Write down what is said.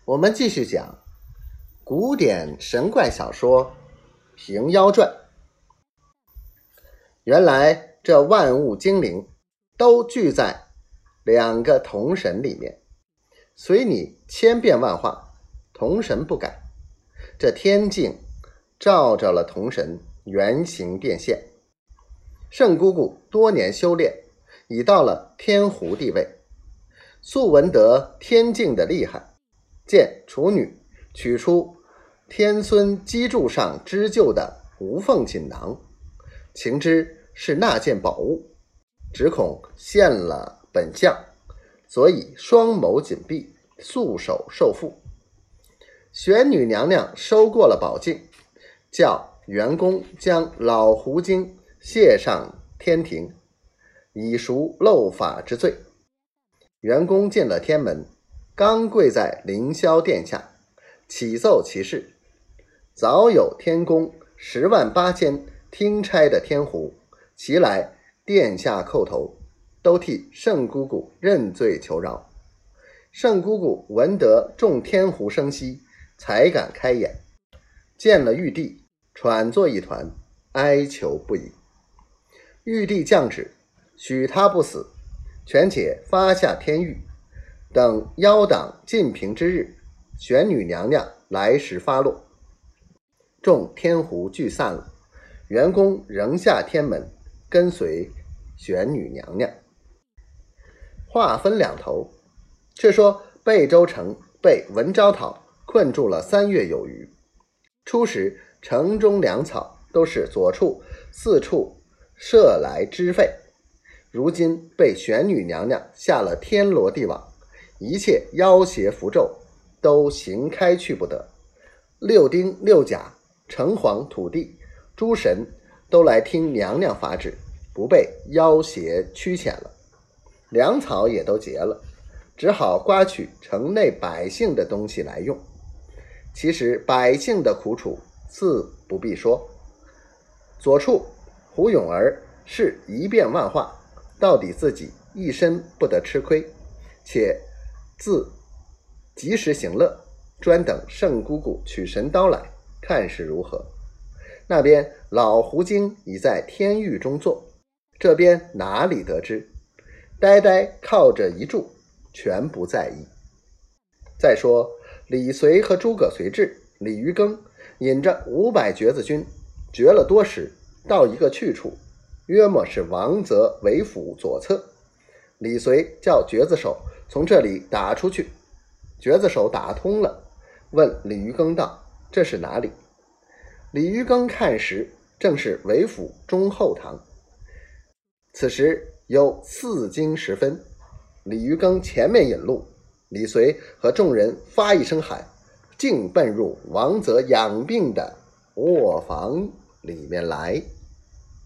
我们继续讲古典神怪小说《平妖传》。原来这万物精灵都聚在两个铜神里面，随你千变万化，铜神不改。这天镜照着了铜神原形变现。圣姑姑多年修炼，已到了天狐地位，素闻得天镜的厉害，见处女取出天孙基柱上织就的无缝锦囊，情知是那件宝物，只恐现了本相，所以双眸紧闭，束手受缚。玄女娘娘收过了宝镜，叫员工将老狐精卸上天庭，以赎漏法之罪。员工进了天门，刚跪在凌霄殿下，启奏其事，早有天宫108000听差的天狐齐来殿下叩头，都替圣姑姑认罪求饶。圣姑姑闻得众天狐声息，才敢开眼，见了玉帝，喘作一团，哀求不已。玉帝降旨，许他不死，权且发下天狱，等妖党尽平之日，玄女娘娘来时发落。众天狐聚散了，员工仍下天门，跟随玄女娘娘。话分两头，却说贝州城被文昭讨困住了3月有余。初时城中粮草都是左处4处射来支费，如今被玄女娘娘下了天罗地网，一切妖邪符咒都行开去不得。6丁6甲城隍土地诸神都来听娘娘法旨，不被妖邪驱遣了，粮草也都结了，只好刮取城内百姓的东西来用。其实百姓的苦楚自不必说，左处胡永儿是一变万化，到底自己一身不得吃亏，且自及时行乐，专等圣姑姑取神刀来，看是如何。那边老狐精已在天狱中坐，这边哪里得知，呆呆靠着一柱，全不在意。再说李随和诸葛随志、李渔耕引着500橛子军绝了多时，到一个去处，约莫是王泽为府左侧。李随叫橛子手从这里打出去，橛子手打通了，问李渔耕道：这是哪里？李渔耕看时，正是为府中后堂。此时有4更时分，李渔耕前面引路，李随和众人发一声喊，竟奔入王泽养病的卧房里面来。